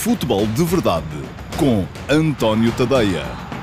Futebol de Verdade com António Tadeia.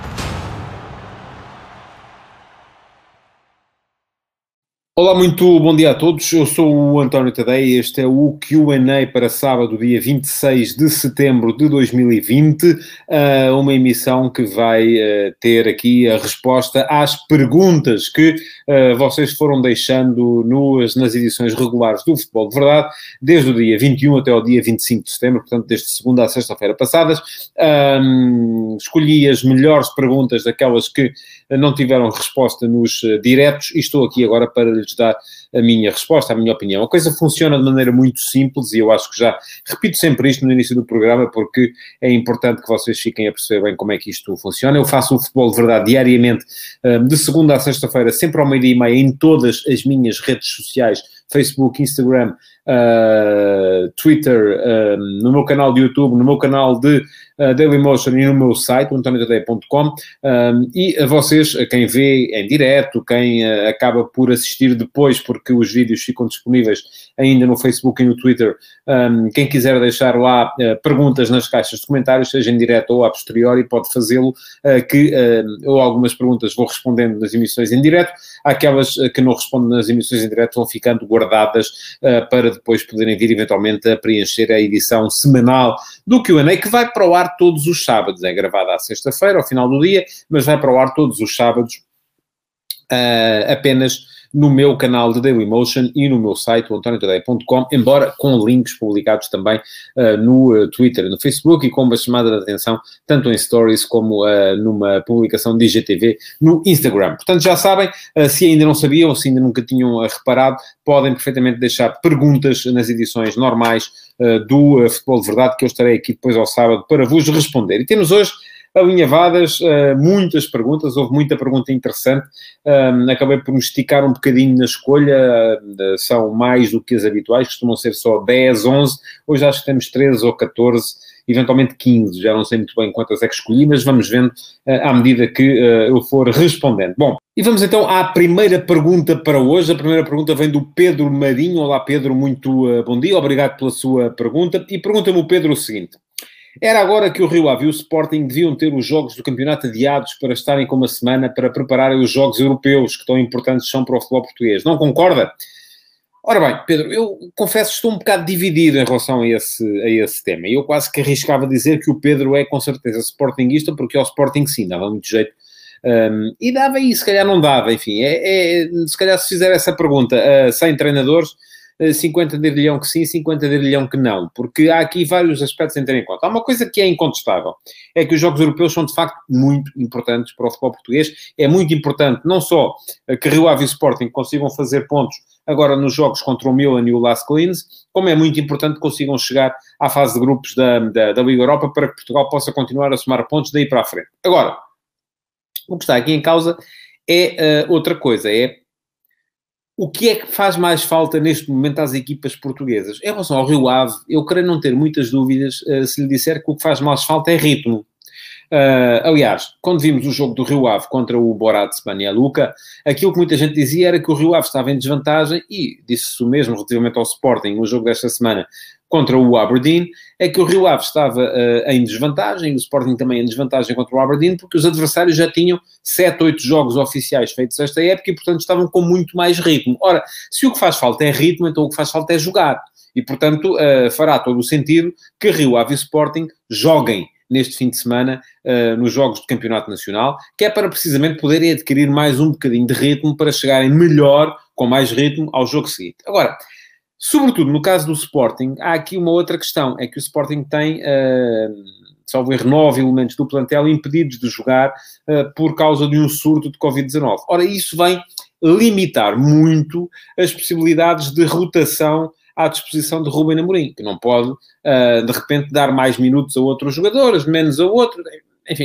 Olá, muito bom dia a todos. Eu sou o António Tadeia. Este é o Q&A para sábado, dia 26 de setembro de 2020. Uma emissão que vai ter aqui a resposta às perguntas que vocês foram deixando nas edições regulares do Futebol de Verdade, desde o dia 21 até o dia 25 de setembro, portanto, desde segunda a sexta-feira passadas. Escolhi as melhores perguntas, daquelas que não tiveram resposta nos diretos, e estou aqui agora para lhes dar a minha resposta, a minha opinião. A coisa funciona de maneira muito simples, e eu acho que já repito sempre isto no início do programa, porque é importante que vocês fiquem a perceber bem como é que isto funciona. Eu faço o Futebol de Verdade diariamente, de segunda a sexta-feira, sempre ao 12h30, em todas as minhas redes sociais, Facebook, Instagram, Twitter, no meu canal de YouTube, no meu canal de Dailymotion e no meu site, antoniotadeia.com, e a vocês, quem vê em direto, quem acaba por assistir depois, porque os vídeos ficam disponíveis ainda no Facebook e no Twitter, quem quiser deixar lá perguntas nas caixas de comentários, seja em direto ou a posteriori, pode fazê-lo, ou algumas perguntas vou respondendo nas emissões em direto, aquelas que não respondo nas emissões em direto vão ficando guardadas para depois poderem vir eventualmente a preencher a edição semanal do Q&A, que vai para o ar todos os sábados. É gravada à sexta-feira, ao final do dia, mas vai para o ar todos os sábados, apenas no meu canal de Dailymotion e no meu site, antoniotadeia.com, embora com links publicados também no Twitter e no Facebook, e com uma chamada de atenção tanto em Stories como numa publicação de IGTV no Instagram. Portanto, já sabem, se ainda não sabiam ou se ainda nunca tinham reparado, podem perfeitamente deixar perguntas nas edições normais do Futebol de Verdade, que eu estarei aqui depois ao sábado para vos responder. E temos hoje alinhavadas muitas perguntas, houve muita pergunta interessante, acabei por me esticar um bocadinho na escolha, são mais do que as habituais, costumam ser só 10, 11, hoje acho que temos 13 ou 14, eventualmente 15, já não sei muito bem quantas é que escolhi, mas vamos vendo à medida que eu for respondendo. Bom, e vamos então à primeira pergunta para hoje. A primeira pergunta vem do Pedro Marinho. Olá Pedro, muito bom dia, obrigado pela sua pergunta, e pergunta-me o Pedro o seguinte: era agora que o Rio Ave e o Sporting deviam ter os jogos do campeonato adiados para estarem com uma semana para prepararem os jogos europeus, que tão importantes são para o futebol português. Não concorda? Ora bem, Pedro, eu confesso que estou um bocado dividido em relação a esse tema. Eu quase que arriscava dizer que o Pedro é com certeza sportinguista, porque ao Sporting sim, dava muito jeito. E dava e se calhar não dava, enfim. Se calhar se fizer essa pergunta a 100 treinadores, 50 dir-lhe-ão que sim, 50 dir-lhe-ão que não, porque há aqui vários aspectos a ter em conta. Há uma coisa que é incontestável, é que os jogos europeus são de facto muito importantes para o futebol português. É muito importante não só que Rio Ave e Sporting consigam fazer pontos agora nos jogos contra o Milan e o Las Clines, como é muito importante que consigam chegar à fase de grupos da Liga Europa para que Portugal possa continuar a somar pontos daí para a frente. Agora, o que está aqui em causa é outra coisa, é o que é que faz mais falta neste momento às equipas portuguesas? Em relação ao Rio Ave, eu creio não ter muitas dúvidas se lhe disser que o que faz mais falta é ritmo. Aliás, quando vimos o jogo do Rio Ave contra o Borat Banja Luka, aquilo que muita gente dizia era que o Rio Ave estava em desvantagem, e disse-se o mesmo relativamente ao Sporting no jogo desta semana contra o Aberdeen, é que o Rio Ave estava em desvantagem, o Sporting também em desvantagem contra o Aberdeen, porque os adversários já tinham 7, 8 jogos oficiais feitos esta época e, portanto, estavam com muito mais ritmo. Ora, se o que faz falta é ritmo, então o que faz falta é jogar. E, portanto, fará todo o sentido que Rio Ave e Sporting joguem neste fim de semana nos jogos de campeonato nacional, que é para precisamente poderem adquirir mais um bocadinho de ritmo para chegarem melhor, com mais ritmo, ao jogo seguinte. Agora, sobretudo no caso do Sporting, há aqui uma outra questão, é que o Sporting tem, salvo erro, 9 elementos do plantel impedidos de jogar por causa de um surto de Covid-19. Ora, isso vem limitar muito as possibilidades de rotação à disposição de Ruben Amorim, que não pode, de repente, dar mais minutos a outros jogadores, menos a outros, enfim.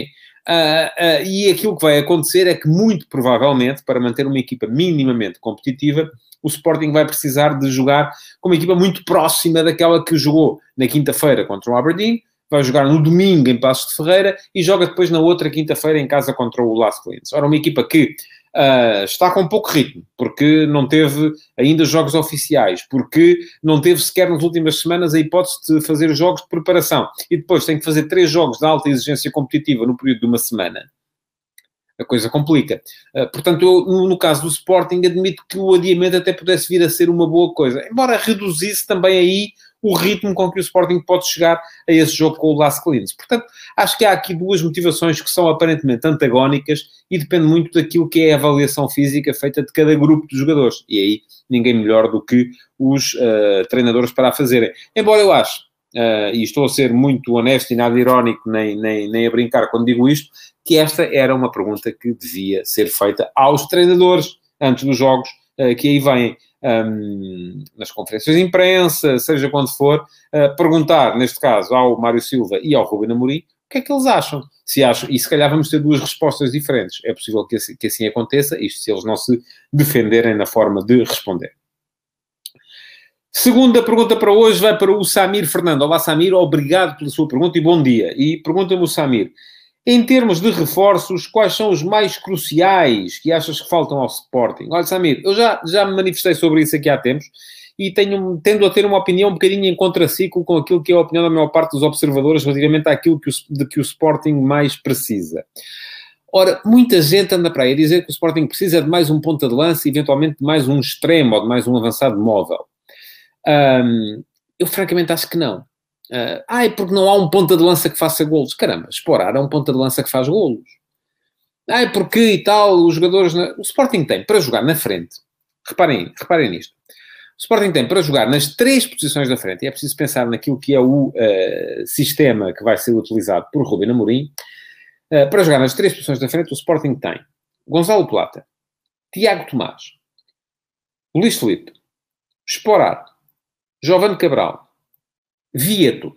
E aquilo que vai acontecer é que, muito provavelmente, para manter uma equipa minimamente competitiva, o Sporting vai precisar de jogar com uma equipa muito próxima daquela que jogou na quinta-feira contra o Aberdeen, vai jogar no domingo em Paços de Ferreira e joga depois na outra quinta-feira em casa contra o Las Clines. Ora, uma equipa que está com pouco ritmo, porque não teve ainda jogos oficiais, porque não teve sequer nas últimas semanas a hipótese de fazer jogos de preparação, e depois tem que fazer 3 jogos de alta exigência competitiva no período de uma semana, a coisa complica. Portanto, eu, no caso do Sporting, admito que o adiamento até pudesse vir a ser uma boa coisa, embora reduzisse também aí o ritmo com que o Sporting pode chegar a esse jogo com o Las Colinas. Portanto, acho que há aqui duas motivações que são aparentemente antagónicas e depende muito daquilo que é a avaliação física feita de cada grupo de jogadores. E aí, ninguém melhor do que os treinadores para a fazerem. Embora eu ache, e estou a ser muito honesto e nada irónico, nem a brincar quando digo isto, que esta era uma pergunta que devia ser feita aos treinadores antes dos jogos que aí vêm. Nas conferências de imprensa, seja quando for, perguntar, neste caso, ao Mário Silva e ao Ruben Amorim, o que é que eles acham. Se acham, e se calhar vamos ter duas respostas diferentes. É possível que assim aconteça, isto se eles não se defenderem na forma de responder. Segunda pergunta para hoje vai para o Samir Fernando. Olá, Samir, obrigado pela sua pergunta e bom dia. E pergunta-me o Samir, em termos de reforços, quais são os mais cruciais que achas que faltam ao Sporting? Olha, Samir, eu já me manifestei sobre isso aqui há tempos e tendo a ter uma opinião um bocadinho em contraciclo com aquilo que é a opinião da maior parte dos observadores relativamente àquilo de que o Sporting mais precisa. Ora, muita gente anda para aí a dizer que o Sporting precisa de mais um ponta de lança e eventualmente de mais um extremo ou de mais um avançado móvel. Eu francamente acho que não. Porque não há um ponta de lança que faça golos. Caramba, Sporar é um ponta de lança que faz golos. Porque e tal, os jogadores... O Sporting tem para jogar na frente. Reparem nisto. O Sporting tem para jogar nas 3 posições da frente, e é preciso pensar naquilo que é o sistema que vai ser utilizado por Ruben Amorim. Para jogar nas 3 posições da frente, o Sporting tem Gonçalo Plata, Tiago Tomás, Luís Filipe, Sporar, Jovane Cabral, Vieto,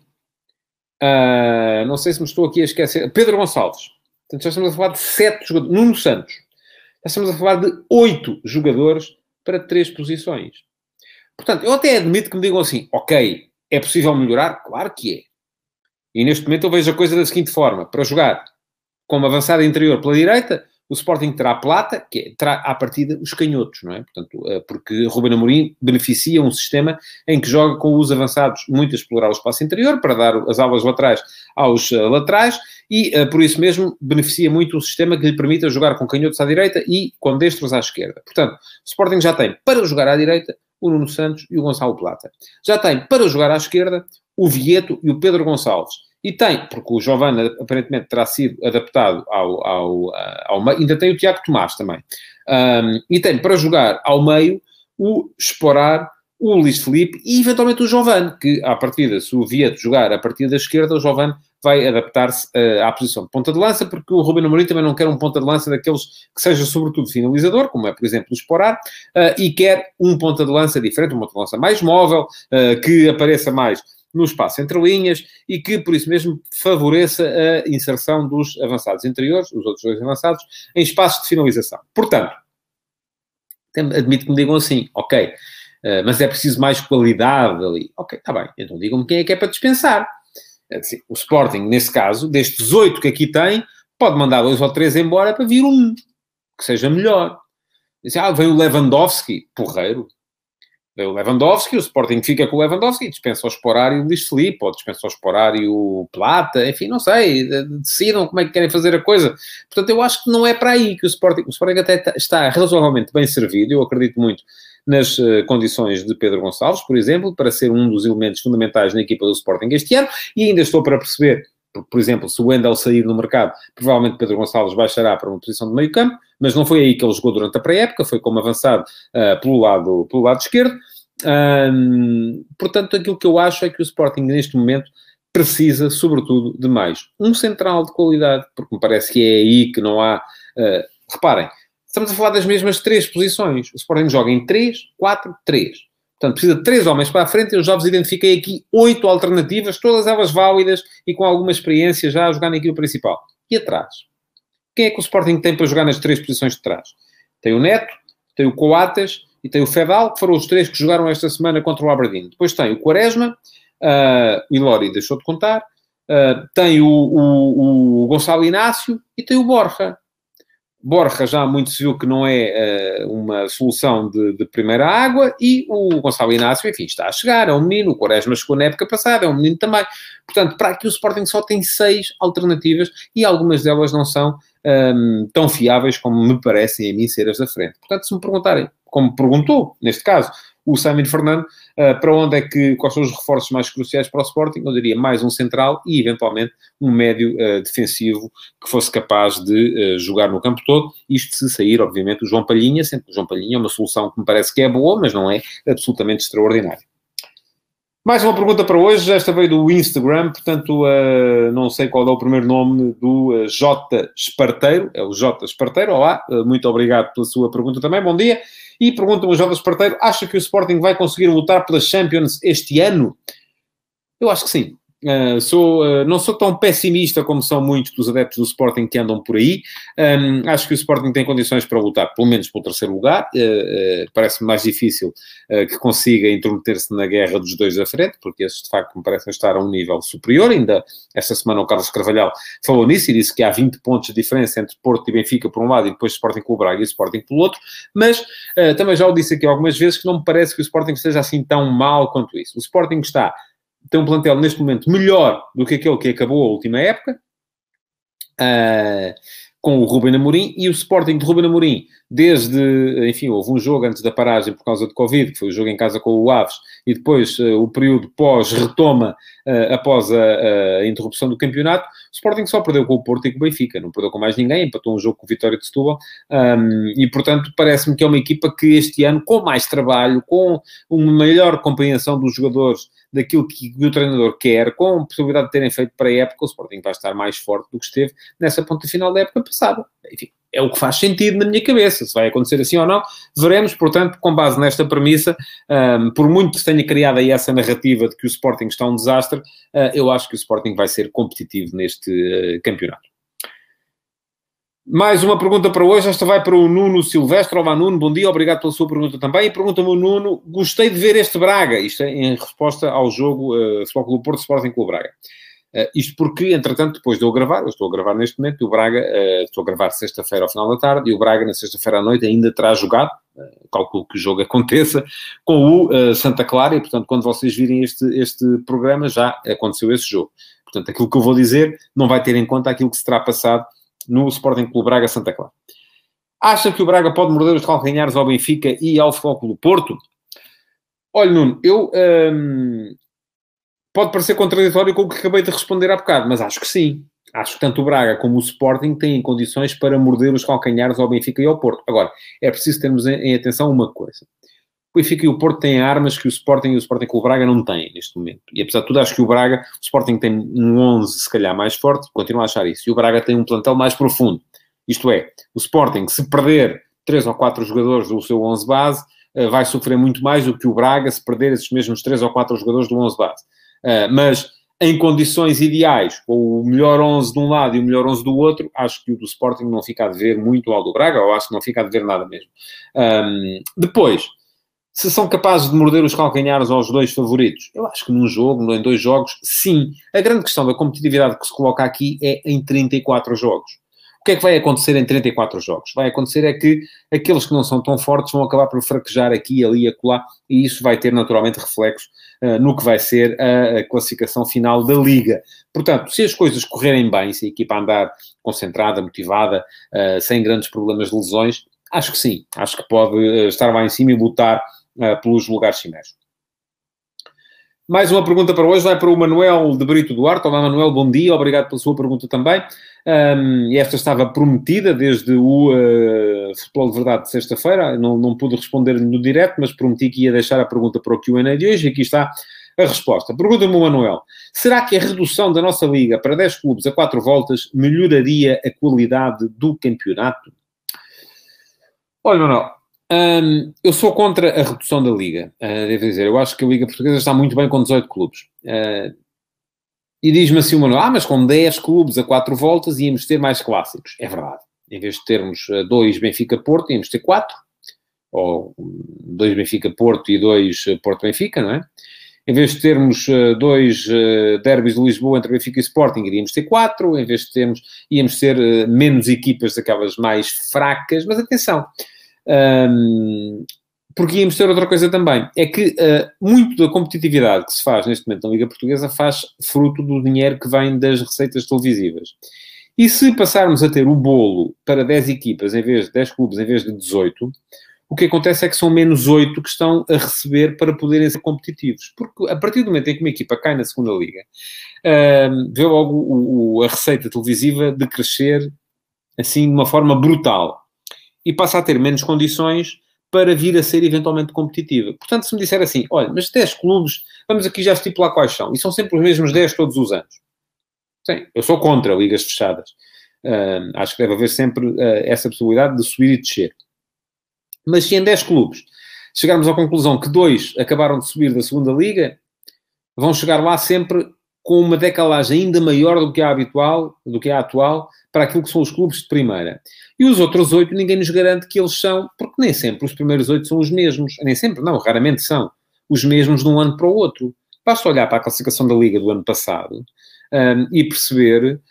não sei se me estou aqui a esquecer, Pedro Gonçalves. Portanto, já estamos a falar de 7 jogadores. Nuno Santos. Já estamos a falar de 8 jogadores para 3 posições. Portanto, eu até admito que me digam assim, ok, é possível melhorar? Claro que é. E neste momento eu vejo a coisa da seguinte forma. Para jogar como avançada interior pela direita, o Sporting terá Plata, terá à partida os canhotos, não é? Portanto, porque Ruben Amorim beneficia um sistema em que joga com os avançados muito a explorar o espaço interior, para dar as aulas laterais aos laterais, e por isso mesmo beneficia muito um sistema que lhe permita jogar com canhotos à direita e com destros à esquerda. Portanto, o Sporting já tem para jogar à direita o Nuno Santos e o Gonçalo Plata. Já tem para jogar à esquerda o Vieto e o Pedro Gonçalves. E tem, porque o Jovane aparentemente terá sido adaptado ao meio, ainda tem o Tiago Tomás também. E tem para jogar ao meio o Sporar, o Luís Filipe e eventualmente o Jovane, que à partida, se o Vieto jogar a partir da esquerda, o Jovane vai adaptar-se à posição de ponta de lança, porque o Ruben Amorim também não quer um ponta de lança daqueles que seja sobretudo finalizador, como é, por exemplo, o Sporar, e quer um ponta de lança diferente, um ponta de lança mais móvel, que apareça mais no espaço entre linhas e que, por isso mesmo, favoreça a inserção dos avançados interiores, os outros 2 avançados, em espaços de finalização. Portanto, admito que me digam assim, ok, mas é preciso mais qualidade ali. Ok, está bem, então digam-me quem é que é para dispensar. Assim, o Sporting, nesse caso, destes 8 que aqui tem, pode mandar 2 ou 3 embora para vir um que seja melhor. Vem o Lewandowski, porreiro. O Lewandowski, o Sporting fica com o Lewandowski, dispensa o Sporar e o Luís Filipe, ou dispensa o Sporar e o Plata, enfim, não sei, decidam como é que querem fazer a coisa. Portanto, eu acho que não é para aí que o Sporting até está razoavelmente bem servido, eu acredito muito nas condições de Pedro Gonçalves, por exemplo, para ser um dos elementos fundamentais na equipa do Sporting este ano, e ainda estou para perceber, por exemplo, se o Wendel sair no mercado, provavelmente Pedro Gonçalves baixará para uma posição de meio campo, mas não foi aí que ele jogou durante a pré-época, foi como avançado pelo lado esquerdo. Portanto, aquilo que eu acho é que o Sporting neste momento precisa, sobretudo, de mais um central de qualidade, porque me parece que é aí que não há... reparem, estamos a falar das mesmas 3 posições. O Sporting joga em 3, 4, 3. Portanto, precisa de 3 homens para a frente. Eu já vos identifiquei aqui 8 alternativas, todas elas válidas e com alguma experiência já a jogar na equipa principal. E atrás? Quem é que o Sporting tem para jogar nas 3 posições de trás? Tem o Neto, tem o Coates e tem o Fedal, que foram os 3 que jogaram esta semana contra o Aberdeen. Depois tem o Quaresma, o Ilori deixou de contar, tem o Gonçalo Inácio e tem o Borja. Borja já muito se viu que não é uma solução de primeira água, e o Gonçalo Inácio, enfim, está a chegar, é um menino, o Quaresma chegou na época passada, é um menino também. Portanto, para aqui o Sporting só tem 6 alternativas e algumas delas não são tão fiáveis como me parecem a mim ser as da frente. Portanto, se me perguntarem, como perguntou, neste caso, o Simon Fernando, para onde é que, quais são os reforços mais cruciais para o Sporting, eu diria mais um central e, eventualmente, um médio defensivo que fosse capaz de jogar no campo todo, isto se sair, obviamente, o João Palhinha, sempre o João Palhinha é uma solução que me parece que é boa, mas não é absolutamente extraordinária. Mais uma pergunta para hoje, esta veio do Instagram, portanto, não sei qual é o primeiro nome do J. Esparteiro, é o J. Esparteiro, olá, muito obrigado pela sua pergunta também, bom dia. E pergunta-me o J. Esparteiro, acha que o Sporting vai conseguir lutar pela Champions este ano? Eu acho que sim. Não sou tão pessimista como são muitos dos adeptos do Sporting que andam por aí. Acho que o Sporting tem condições para lutar, pelo menos pelo terceiro lugar. Parece-me mais difícil que consiga intrometer-se na guerra dos dois da frente, porque esses, de facto, me parecem estar a um nível superior. Ainda esta semana o Carlos Carvalhal falou nisso e disse que há 20 pontos de diferença entre Porto e Benfica por um lado e depois Sporting Clube Braga e Sporting pelo outro. Mas também já o disse aqui algumas vezes que não me parece que o Sporting esteja assim tão mal quanto isso. O Sporting tem um plantel neste momento melhor do que aquele que acabou a última época, com o Ruben Amorim, e o Sporting de Ruben Amorim, enfim, houve um jogo antes da paragem por causa de Covid, que foi o jogo em casa com o Aves, e depois o período pós-retoma, após a interrupção do campeonato, o Sporting só perdeu com o Porto e com o Benfica, não perdeu com mais ninguém, empatou um jogo com o Vitória de Setúbal, e portanto parece-me que é uma equipa que este ano, com mais trabalho, com uma maior compreensão dos jogadores, daquilo que o treinador quer, com a possibilidade de terem feito para a época, o Sporting vai estar mais forte do que esteve nessa ponta final da época passada. Enfim, é o que faz sentido na minha cabeça. Se vai acontecer assim ou não, veremos. Portanto, com base nesta premissa, por muito que se tenha criado aí essa narrativa de que o Sporting está um desastre, eu acho que o Sporting vai ser competitivo neste campeonato. Mais uma pergunta para hoje, esta vai para o Nuno Silvestre. Olá, Nuno, bom dia, obrigado pela sua pergunta também. E pergunta-me o Nuno, gostei de ver este Braga, isto é em resposta ao jogo Futebol Clube Porto, Sporting Clube Braga. Isto porque, entretanto, depois de eu gravar, eu estou a gravar neste momento, e o Braga, estou a gravar sexta-feira ao final da tarde, e o Braga na sexta-feira à noite ainda terá jogado, calculo que o jogo aconteça, com o Santa Clara, e portanto, quando vocês virem este programa, já aconteceu esse jogo. Portanto, aquilo que eu vou dizer não vai ter em conta aquilo que se terá passado no Sporting Clube Braga Santa Clara. Acha que o Braga pode morder os calcanhares ao Benfica e ao Futebol Clube Porto? Olha, Nuno, pode parecer contraditório com o que acabei de responder há bocado, mas acho que sim. Acho que tanto o Braga como o Sporting têm condições para morder os calcanhares ao Benfica e ao Porto. Agora, é preciso termos em atenção uma coisa. O Benfica e o Porto têm armas que o Sporting e o Sporting Clube Braga não têm neste momento. E apesar de tudo, acho que o Sporting tem um 11 se calhar mais forte, continuo a achar isso. E o Braga tem um plantel mais profundo. Isto é, o Sporting, se perder 3 ou 4 jogadores do seu 11 base, vai sofrer muito mais do que o Braga se perder esses mesmos 3 ou 4 jogadores do 11 base. Mas em condições ideais, com o melhor 11 de um lado e o melhor 11 do outro, acho que o do Sporting não fica a dever muito ao do Braga, ou acho que não fica a dever nada mesmo. Depois, se são capazes de morder os calcanhares aos dois favoritos, eu acho que num jogo, em 2 jogos, sim. A grande questão da competitividade que se coloca aqui é em 34 jogos. O que é que vai acontecer em 34 jogos? Vai acontecer é que aqueles que não são tão fortes vão acabar por fraquejar aqui, ali e acolá, e isso vai ter naturalmente reflexos no que vai ser a classificação final da Liga. Portanto, se as coisas correrem bem, se a equipa andar concentrada, motivada, sem grandes problemas de lesões, acho que sim. Acho que pode estar lá em cima e lutar pelos lugares finais. Mais uma pergunta para hoje, vai para o Manuel de Brito Duarte. Olá, Manuel, bom dia, obrigado pela sua pergunta também. E esta estava prometida desde o Futebol de Verdade de sexta-feira, não pude responder-lhe no direto, mas prometi que ia deixar a pergunta para o Q&A de hoje, e aqui está a resposta. Pergunta-me o Manuel, será que a redução da nossa Liga para 10 clubes a 4 voltas melhoraria a qualidade do campeonato? Olha, Manuel, eu sou contra a redução da Liga, devo dizer. Eu acho que a Liga Portuguesa está muito bem com 18 clubes. E diz-me assim o Manuel, mas com 10 clubes a 4 voltas íamos ter mais clássicos. É verdade. Em vez de termos 2 Benfica-Porto, íamos ter 4. Ou 2 Benfica-Porto e 2 Porto-Benfica, não é? Em vez de termos 2 derbys de Lisboa entre Benfica e Sporting, iríamos ter 4. Em vez de termos, íamos ter menos equipas daquelas mais fracas. Mas atenção, porque íamos ter outra coisa também. É que muito da competitividade que se faz neste momento na Liga Portuguesa faz fruto do dinheiro que vem das receitas televisivas. E se passarmos a ter o bolo para 10 equipas, em vez de 10 clubes, em vez de 18... o que acontece é que são menos 8 que estão a receber para poderem ser competitivos. Porque a partir do momento em que uma equipa cai na segunda liga, vê logo a receita televisiva decrescer assim de uma forma brutal. E passa a ter menos condições para vir a ser eventualmente competitiva. Portanto, se me disser assim, olha, mas 10 clubes, vamos aqui já estipular quais são. E são sempre os mesmos 10 todos os anos. Sim, eu sou contra ligas fechadas. Acho que deve haver sempre essa possibilidade de subir e descer. Mas se em 10 clubes chegarmos à conclusão que 2 acabaram de subir da segunda liga, vão chegar lá sempre com uma decalagem ainda maior do que a habitual, do que a atual, para aquilo que são os clubes de primeira. E os outros 8, ninguém nos garante que eles são, porque nem sempre os primeiros 8 são os mesmos. Nem sempre, não, raramente são os mesmos de um ano para o outro. Basta olhar para a classificação da Liga do ano passado e perceber...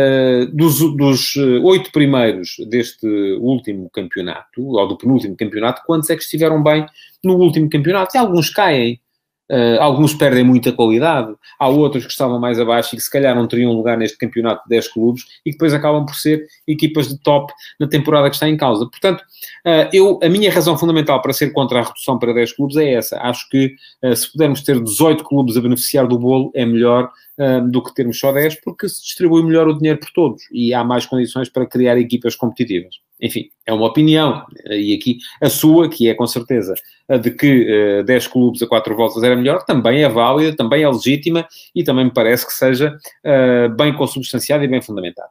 dos 8 primeiros deste último campeonato, ou do penúltimo campeonato, quantos é que estiveram bem no último campeonato? E alguns caem, alguns perdem muita qualidade, há outros que estavam mais abaixo e que se calhar não teriam lugar neste campeonato de 10 clubes e que depois acabam por ser equipas de top na temporada que está em causa. Portanto, a minha razão fundamental para ser contra a redução para 10 clubes é essa. Acho que se pudermos ter 18 clubes a beneficiar do bolo, é melhor do que termos só 10, porque se distribui melhor o dinheiro por todos e há mais condições para criar equipas competitivas. Enfim, é uma opinião, e aqui a sua, que é com certeza a de que 10 clubes a 4 voltas era melhor, também é válida, também é legítima e também me parece que seja bem consubstanciada e bem fundamentada.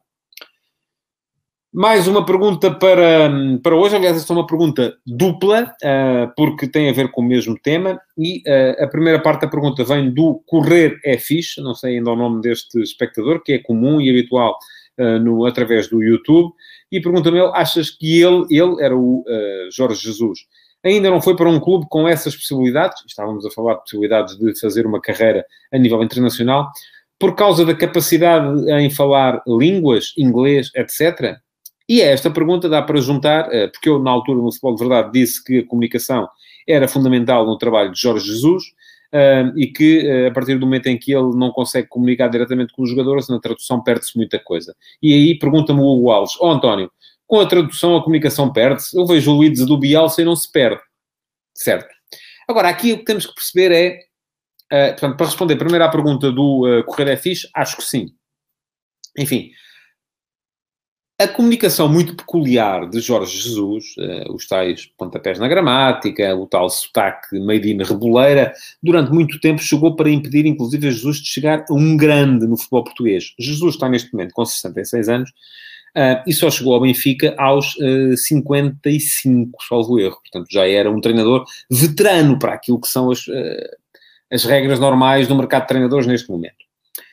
Mais uma pergunta para hoje, aliás, esta é uma pergunta dupla, porque tem a ver com o mesmo tema, e a primeira parte da pergunta vem do Correr é Fixe, não sei ainda o nome deste espectador, que é comum e habitual através do YouTube, e pergunta-me ele, achas que ele era o Jorge Jesus, ainda não foi para um clube com essas possibilidades, estávamos a falar de possibilidades de fazer uma carreira a nível internacional, por causa da capacidade em falar línguas, inglês, etc., e esta pergunta dá para juntar, porque eu, na altura, no Futebol de Verdade, disse que a comunicação era fundamental no trabalho de Jorge Jesus e que, a partir do momento em que ele não consegue comunicar diretamente com os jogadores, na tradução perde-se muita coisa. E aí pergunta-me o Hugo Alves, António, com a tradução a comunicação perde-se? Eu vejo o Leeds do Bielsa e não se perde. Certo. Agora, aqui o que temos que perceber é, portanto, para responder primeiro à pergunta do Correr é Fixe, acho que sim. Enfim... A comunicação muito peculiar de Jorge Jesus, os tais pontapés na gramática, o tal sotaque made in reboleira, durante muito tempo chegou para impedir, inclusive, a Jesus de chegar a um grande no futebol português. Jesus está neste momento com 66 anos e só chegou ao Benfica aos 55, salvo erro. Portanto, já era um treinador veterano para aquilo que são as regras normais do mercado de treinadores neste momento.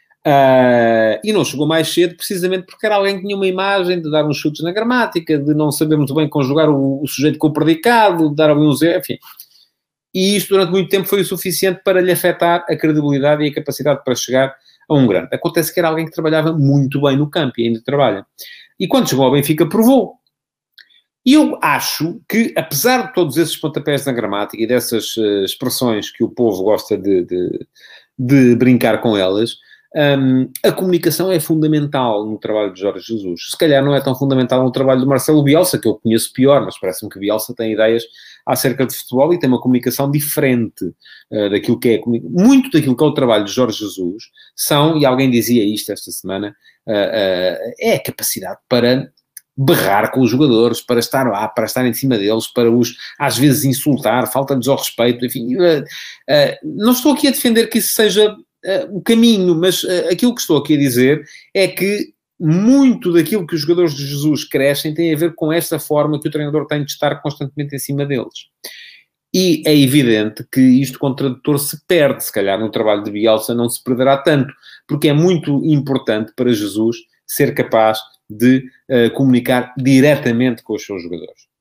E não chegou mais cedo precisamente porque era alguém que tinha uma imagem de dar uns chutes na gramática, de não saber muito bem conjugar o sujeito com o predicado, de dar ali uns erros, enfim. E isto durante muito tempo foi o suficiente para lhe afetar a credibilidade e a capacidade para chegar a um grande. Acontece que era alguém que trabalhava muito bem no campo e ainda trabalha. E quando chegou ao Benfica provou. E eu acho que, apesar de todos esses pontapés na gramática e dessas expressões que o povo gosta de brincar com elas, a comunicação é fundamental no trabalho de Jorge Jesus. Se calhar não é tão fundamental no trabalho de Marcelo Bielsa, que eu conheço pior, mas parece-me que Bielsa tem ideias acerca de futebol e tem uma comunicação diferente daquilo que é... Muito daquilo que é o trabalho de Jorge Jesus são, e alguém dizia isto esta semana, é a capacidade para berrar com os jogadores, para estar lá, para estar em cima deles, para os, às vezes, insultar, falta-lhes ao respeito, enfim. Não estou aqui a defender que isso seja... o caminho, mas aquilo que estou aqui a dizer é que muito daquilo que os jogadores de Jesus crescem tem a ver com esta forma que o treinador tem de estar constantemente em cima deles. E é evidente que isto com o tradutor se perde, se calhar no trabalho de Bielsa não se perderá tanto, porque é muito importante para Jesus ser capaz de comunicar diretamente com os seus jogadores.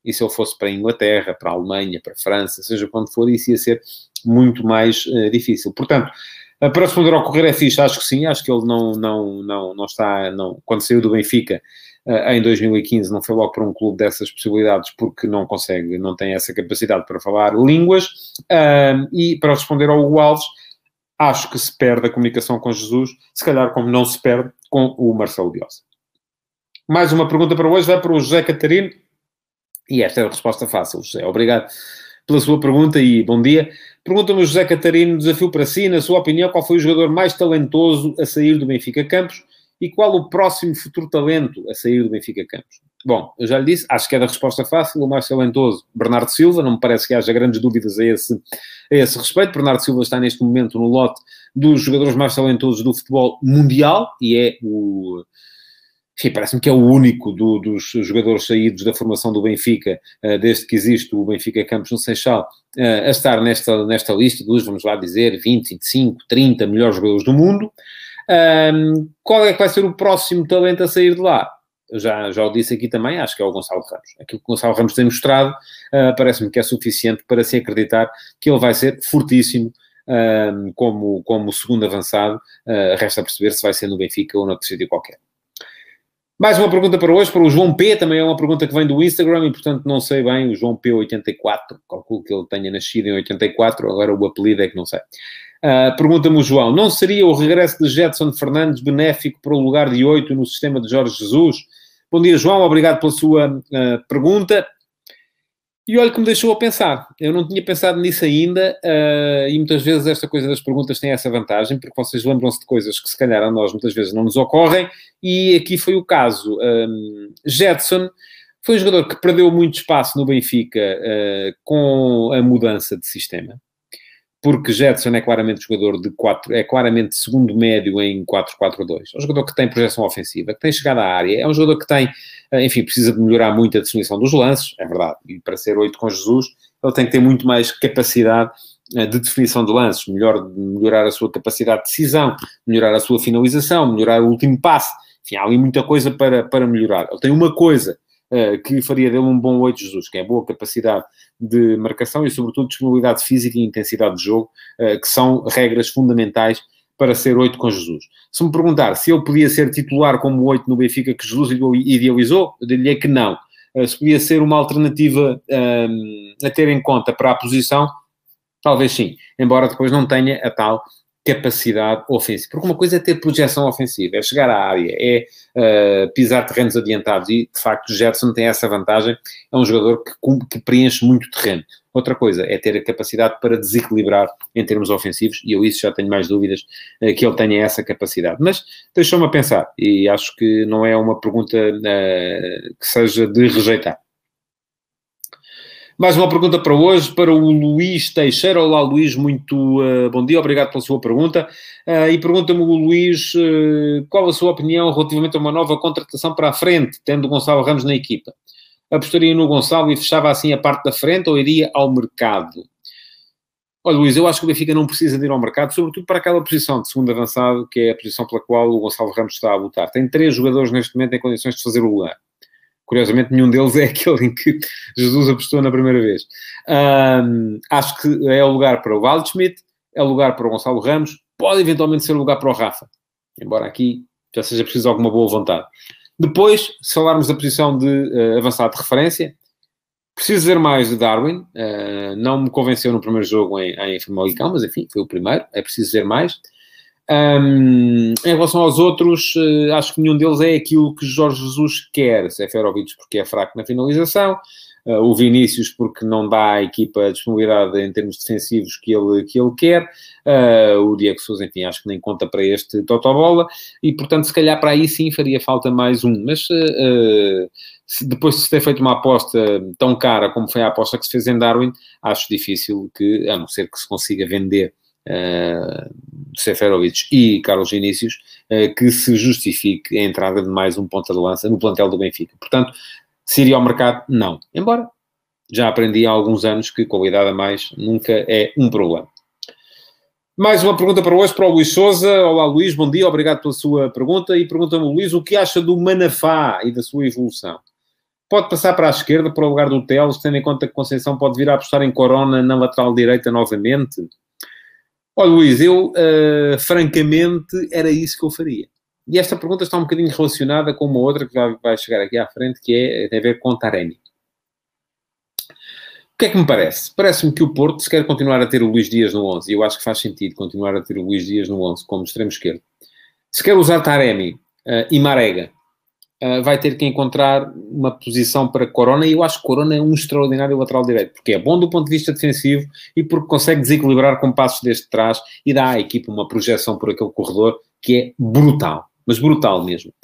E se ele fosse para a Inglaterra, para a Alemanha, para a França, seja quando for, isso ia ser muito mais difícil. Portanto, para responder ao Correr é fixe, acho que sim, acho que ele não está, quando saiu do Benfica, em 2015, não foi logo para um clube dessas possibilidades, porque não consegue, não tem essa capacidade para falar línguas, e para responder ao Hugo Alves, acho que se perde a comunicação com Jesus, se calhar como não se perde com o Marcelo Bielsa. Mais uma pergunta para hoje, vai para o José Catarino, e esta é a resposta fácil, José. Obrigado pela sua pergunta e bom dia. Pergunta-me o José Catarino, desafio para si, na sua opinião, qual foi o jogador mais talentoso a sair do Benfica Campos e qual o próximo futuro talento a sair do Benfica Campos? Bom, eu já lhe disse, acho que é da resposta fácil, o mais talentoso, Bernardo Silva, não me parece que haja grandes dúvidas a esse respeito. Bernardo Silva está neste momento no lote dos jogadores mais talentosos do futebol mundial e é enfim, parece-me que é o único dos jogadores saídos da formação do Benfica, desde que existe o Benfica Campos no Seixal, a estar nesta lista dos, vamos lá dizer, 20, 25, 30 melhores jogadores do mundo. Qual é que vai ser o próximo talento a sair de lá? Eu já o disse aqui também, acho que é o Gonçalo Ramos. Aquilo que o Gonçalo Ramos tem mostrado, parece-me que é suficiente para se acreditar que ele vai ser fortíssimo como segundo avançado. Resta perceber se vai ser no Benfica ou noutro sítio qualquer. Mais uma pergunta para hoje, para o João P, também é uma pergunta que vem do Instagram e, portanto, não sei bem, o João P84, calculo que ele tenha nascido em 84, agora o apelido é que não sei. Pergunta-me o João, não seria o regresso de Gedson Fernandes benéfico para o lugar de 8 no sistema de Jorge Jesus? Bom dia, João, obrigado pela sua pergunta. E olha que me deixou a pensar. Eu não tinha pensado nisso ainda e muitas vezes esta coisa das perguntas tem essa vantagem, porque vocês lembram-se de coisas que se calhar a nós muitas vezes não nos ocorrem e aqui foi o caso. Gedson foi um jogador que perdeu muito espaço no Benfica com a mudança de sistema, porque Gedson é claramente jogador de 4, é claramente segundo médio em 4-4-2. É um jogador que tem projeção ofensiva, que tem chegada à área, é um jogador que tem, enfim, precisa de melhorar muito a definição dos lances, é verdade, e para ser 8 com Jesus, ele tem que ter muito mais capacidade de definição de lances, melhorar a sua capacidade de decisão, melhorar a sua finalização, melhorar o último passe, enfim, há ali muita coisa para melhorar. Ele tem uma coisa que faria dele um bom 8 Jesus, que é a boa capacidade de marcação e, sobretudo, disponibilidade física e intensidade de jogo, que são regras fundamentais para ser 8 com Jesus. Se me perguntar se ele podia ser titular como 8 no Benfica que Jesus idealizou, eu diria que não. Se podia ser uma alternativa a ter em conta para a posição, talvez sim, embora depois não tenha a tal capacidade ofensiva. Porque uma coisa é ter projeção ofensiva, é chegar à área, é pisar terrenos adiantados e, de facto, o Gedson tem essa vantagem, é um jogador que preenche muito terreno. Outra coisa é ter a capacidade para desequilibrar em termos ofensivos e eu isso já tenho mais dúvidas que ele tenha essa capacidade. Mas deixou-me a pensar e acho que não é uma pergunta que seja de rejeitar. Mais uma pergunta para hoje, para o Luís Teixeira. Olá, Luís, muito bom dia, obrigado pela sua pergunta. E pergunta-me o Luís qual a sua opinião relativamente a uma nova contratação para a frente, tendo o Gonçalo Ramos na equipa. Apostaria no Gonçalo e fechava assim a parte da frente ou iria ao mercado? Olha, Luís, eu acho que o Benfica não precisa de ir ao mercado, sobretudo para aquela posição de segundo avançado, que é a posição pela qual o Gonçalo Ramos está a lutar. Tem 3 jogadores neste momento em condições de fazer o lugar. Curiosamente, nenhum deles é aquele em que Jesus apostou na primeira vez. Acho que é o lugar para o Waldschmidt, é o lugar para o Gonçalo Ramos, pode eventualmente ser o lugar para o Rafa, embora aqui já seja preciso alguma boa vontade. Depois, se falarmos da posição de avançado de referência, preciso ver mais de Darwin, não me convenceu no primeiro jogo em Famalicão, mas enfim, foi o primeiro, é preciso ver mais. Em relação aos outros, acho que nenhum deles é aquilo que Jorge Jesus quer. Seferovic porque é fraco na finalização, o Vinícius porque não dá à equipa a disponibilidade em termos defensivos que ele quer, o Diego Sousa, enfim, acho que nem conta para este totobola e, portanto, se calhar para aí sim faria falta mais um, mas depois de se ter feito uma aposta tão cara como foi a aposta que se fez em Darwin, acho difícil que, a não ser que se consiga vender Seferovic e Carlos Vinícius, que se justifique a entrada de mais um ponta de lança no plantel do Benfica. Portanto, se iria ao mercado, não. Embora já aprendi há alguns anos que qualidade a mais nunca é um problema. Mais uma pergunta para hoje, para o Luís Sousa. Olá, Luís, bom dia, obrigado pela sua pergunta. E pergunta-me, Luís, o que acha do Manafá e da sua evolução? Pode passar para a esquerda, para o lugar do Teles, tendo em conta que Conceição pode vir a apostar em Corona na lateral direita novamente? Olha, Luís, eu, francamente, era isso que eu faria. E esta pergunta está um bocadinho relacionada com uma outra que vai chegar aqui à frente, que tem a ver com Taremi. O que é que me parece? Parece-me que o Porto, se quer continuar a ter o Luís Dias no 11, e eu acho que faz sentido continuar a ter o Luís Dias no 11 como extremo esquerdo, se quer usar Taremi e Marega, vai ter que encontrar uma posição para Corona, e eu acho que Corona é um extraordinário lateral direito, porque é bom do ponto de vista defensivo e porque consegue desequilibrar com passos desde trás e dá à equipa uma projeção por aquele corredor que é brutal, mas brutal mesmo.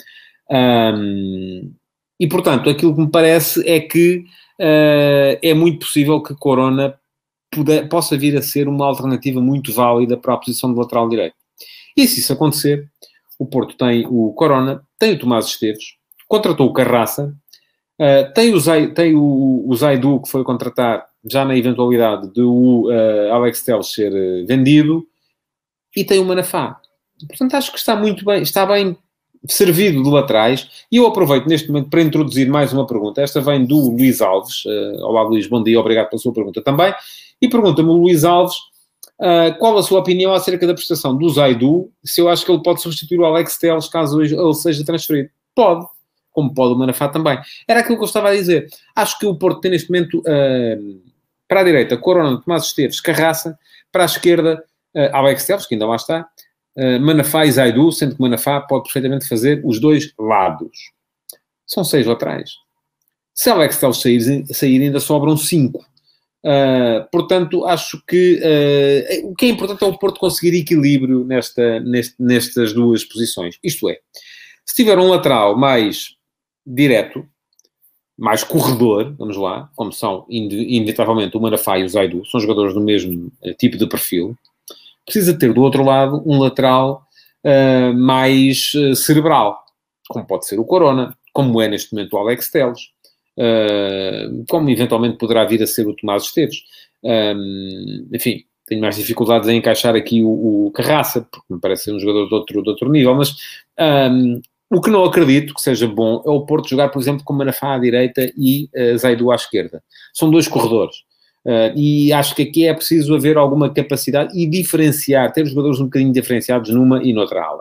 E, portanto, aquilo que me parece é que é muito possível que Corona possa vir a ser uma alternativa muito válida para a posição de lateral direito. E se isso acontecer, o Porto tem o Corona, tem o Tomás Esteves, contratou o Carraça, tem o Zaidu, que foi contratar já na eventualidade de o Alex Telles ser vendido, e tem o Manafá. Portanto, acho que está muito bem, está bem servido de laterais, e eu aproveito neste momento para introduzir mais uma pergunta. Esta vem do Luís Alves. Olá, Luís, bom dia, obrigado pela sua pergunta também. E pergunta-me o Luís Alves qual a sua opinião acerca da prestação do Zaidu, se eu acho que ele pode substituir o Alex Telles caso ele seja transferido. Pode, como pode o Manafá também. Era aquilo que eu estava a dizer. Acho que o Porto tem neste momento, para a direita, Corona, Tomás Esteves, Carraça, para a esquerda, Alex Telles, que ainda lá está, Manafá e Zaidu, sendo que Manafá pode perfeitamente fazer os dois lados. São 6 laterais. Se Alex Telles sair ainda sobram 5. Portanto, acho que o que é importante é o Porto conseguir equilíbrio nestas duas posições. Isto é, se tiver um lateral mais direto, mais corredor, vamos lá, como são inevitavelmente o Manafá e o Zaidu, são jogadores do mesmo tipo de perfil, precisa ter do outro lado um lateral mais cerebral, como pode ser o Corona, como é neste momento o Alex Telles, como eventualmente poderá vir a ser o Tomás Esteves. Enfim, tenho mais dificuldades em encaixar aqui o Carraça, porque me parece ser um jogador de outro nível, mas o que não acredito que seja bom é o Porto jogar, por exemplo, com Manafá à direita e Zaidu à esquerda. São 2 corredores. E acho que aqui é preciso haver alguma capacidade e diferenciar, ter os jogadores um bocadinho diferenciados numa e noutra ala.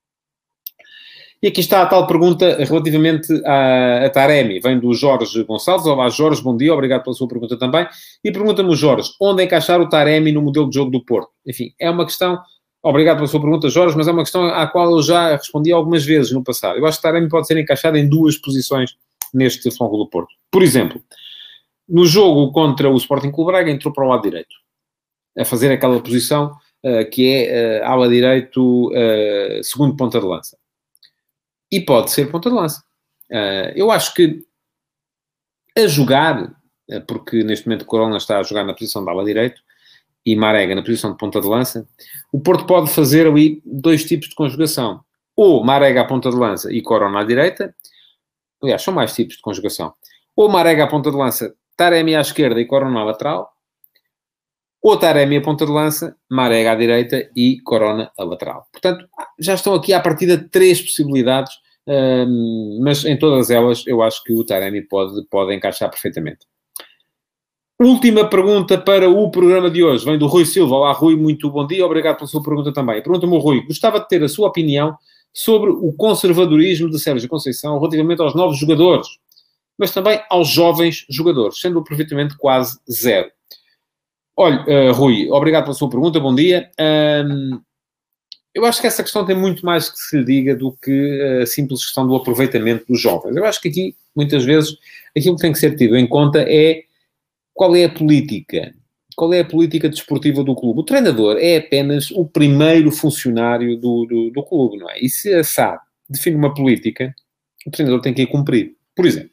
E aqui está a tal pergunta relativamente a Taremi. Vem do Jorge Gonçalves. Olá, Jorge, bom dia, obrigado pela sua pergunta também. E pergunta-me o Jorge, onde encaixar o Taremi no modelo de jogo do Porto? Enfim, é uma questão, obrigado pela sua pergunta, Jorge, mas é uma questão à qual eu já respondi algumas vezes no passado. Eu acho que o Taremi pode ser encaixado em 2 posições neste Futebol do Porto. Por exemplo, no jogo contra o Sporting Clube Braga, entrou para o lado direito, a fazer aquela posição que é ala direito, segundo ponta de lança. E pode ser ponta de lança. Eu acho que a jogar, porque neste momento o Corona está a jogar na posição de ala direito e Marega na posição de ponta de lança, o Porto pode fazer ali 2 tipos de conjugação. Ou Marega à ponta de lança e Corona à direita. Aliás, são mais tipos de conjugação. Ou Marega à ponta de lança, Taremi à esquerda e Corona à lateral. Ou Taremi à ponta de lança, Marega à direita e Corona à lateral. Portanto, já estão aqui à partida 3 possibilidades, mas em todas elas eu acho que o Taremi pode encaixar perfeitamente. Última pergunta para o programa de hoje. Vem do Rui Silva. Olá, Rui, muito bom dia. Obrigado pela sua pergunta também. Pergunta-me o Rui. Gostava de ter a sua opinião sobre o conservadorismo de Sérgio Conceição relativamente aos novos jogadores, mas também aos jovens jogadores, sendo o aproveitamento quase 0. Olha, Rui, obrigado pela sua pergunta, bom dia. Eu acho que essa questão tem muito mais que se lhe diga do que a simples questão do aproveitamento dos jovens. Eu acho que aqui, muitas vezes, aquilo que tem que ser tido em conta é qual é a política desportiva do clube. O treinador é apenas o primeiro funcionário do clube, não é? E se a SAD define uma política, o treinador tem que a cumprir. Por exemplo,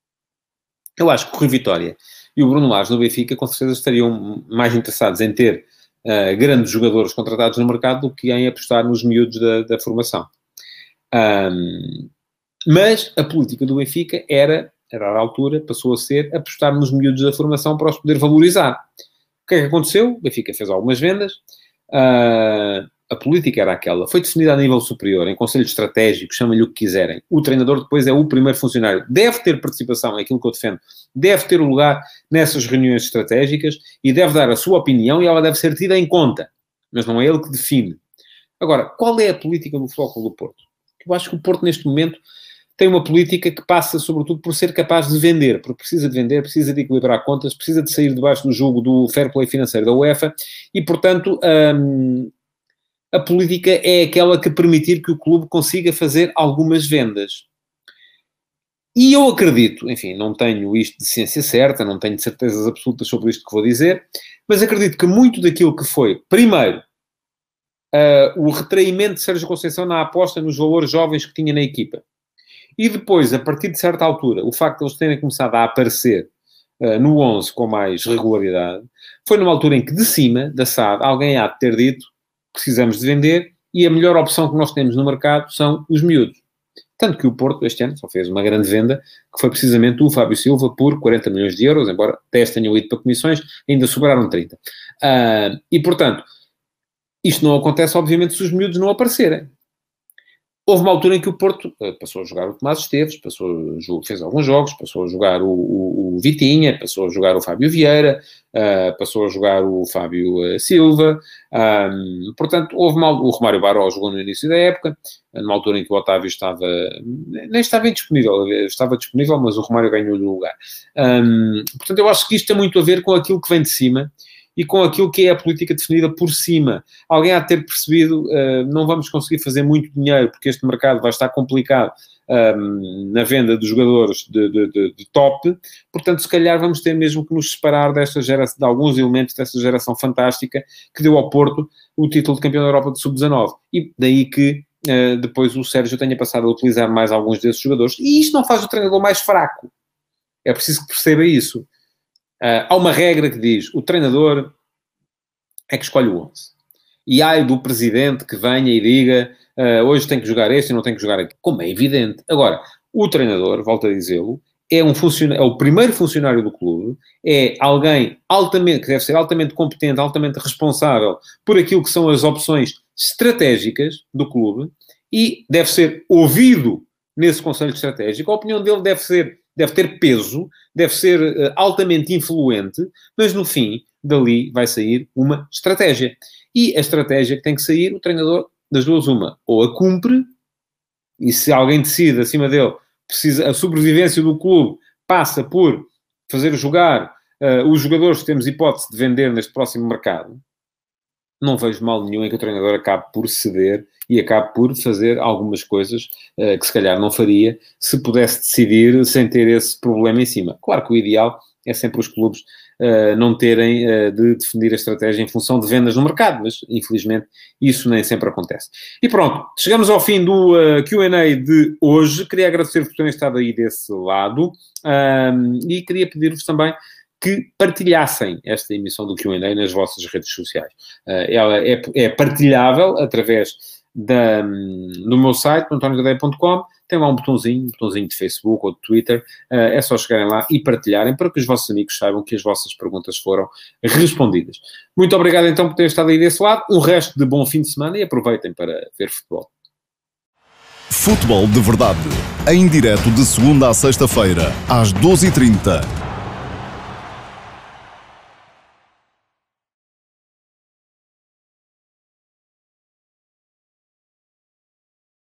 eu acho que o Rui Vitória e o Bruno Lage no Benfica com certeza estariam mais interessados em ter grandes jogadores contratados no mercado do que em apostar nos miúdos da formação. Mas a política do Benfica era, a dada altura, passou a ser apostar nos miúdos da formação para os poder valorizar. O que é que aconteceu? O Benfica fez algumas vendas, a política era aquela, foi definida a nível superior, em conselho estratégico, chama-lhe o que quiserem. O treinador depois é o primeiro funcionário. Deve ter participação, é aquilo que eu defendo, deve ter o lugar nessas reuniões estratégicas e deve dar a sua opinião e ela deve ser tida em conta. Mas não é ele que define. Agora, qual é a política do Futebol Clube do Porto? Eu acho que o Porto, neste momento, tem uma política que passa, sobretudo, por ser capaz de vender, porque precisa de vender, precisa de equilibrar contas, precisa de sair debaixo do jugo do fair play financeiro da UEFA e, portanto, a política é aquela que permitir que o clube consiga fazer algumas vendas. E eu acredito, enfim, não tenho isto de ciência certa, não tenho certezas absolutas sobre isto que vou dizer, mas acredito que muito daquilo que foi, primeiro, o retraimento de Sérgio Conceição na aposta nos valores jovens que tinha na equipa, e depois, a partir de certa altura, o facto de eles terem começado a aparecer no 11 com mais regularidade, foi numa altura em que, de cima, da SAD, alguém há de ter dito precisamos de vender e a melhor opção que nós temos no mercado são os miúdos. Tanto que o Porto, este ano, só fez uma grande venda, que foi precisamente o Fábio Silva por 40 milhões de euros, embora 10 tenham ido para comissões, ainda sobraram 30. E, portanto, isto não acontece, obviamente, se os miúdos não aparecerem. Houve uma altura em que o Porto passou a jogar o Tomás Esteves, fez alguns jogos, passou a jogar o Vitinha, passou a jogar o Fábio Vieira, passou a jogar o Fábio Silva, portanto, o Romário Baró jogou no início da época, numa altura em que o Otávio nem estava indisponível, estava disponível, mas o Romário ganhou-lhe o lugar. Portanto, eu acho que isto tem muito a ver com aquilo que vem de cima, e com aquilo que é a política definida por cima. Alguém há de ter percebido, não vamos conseguir fazer muito dinheiro, porque este mercado vai estar complicado na venda de jogadores de top, portanto, se calhar vamos ter mesmo que nos separar desta geração, de alguns elementos desta geração fantástica que deu ao Porto o título de campeão da Europa de Sub-19. E daí que depois o Sérgio tenha passado a utilizar mais alguns desses jogadores. E isto não faz o treinador mais fraco. É preciso que perceba isso. Há uma regra que diz, o treinador é que escolhe o 11. E ai do presidente que venha e diga, hoje tem que jogar este e não tem que jogar aqui. Como é evidente. Agora, o treinador, volto a dizê-lo, é o primeiro funcionário do clube, é alguém que deve ser altamente competente, altamente responsável por aquilo que são as opções estratégicas do clube e deve ser ouvido nesse conselho estratégico. A opinião dele deve ter peso, deve ser altamente influente, mas no fim, dali vai sair uma estratégia. E a estratégia que tem que sair, o treinador, das duas uma, ou a cumpre, e se alguém decide acima dele, a sobrevivência do clube passa por fazer jogar os jogadores que temos hipótese de vender neste próximo mercado, não vejo mal nenhum em que o treinador acabe por ceder e acabe por fazer algumas coisas que se calhar não faria se pudesse decidir sem ter esse problema em cima. Claro que o ideal é sempre os clubes não terem de definir a estratégia em função de vendas no mercado, mas infelizmente isso nem sempre acontece. E pronto, chegamos ao fim do Q&A de hoje. Queria agradecer por terem estado aí desse lado e queria pedir-vos também que partilhassem esta emissão do Q&A nas vossas redes sociais. Ela é partilhável através do meu site, antoniotadeia.com. Tem lá um botãozinho de Facebook ou de Twitter. É só chegarem lá e partilharem para que os vossos amigos saibam que as vossas perguntas foram respondidas. Muito obrigado então por terem estado aí desse lado. Um resto de bom fim de semana e aproveitem para ver futebol. Futebol de Verdade, em direto de segunda a sexta-feira, às 12h30.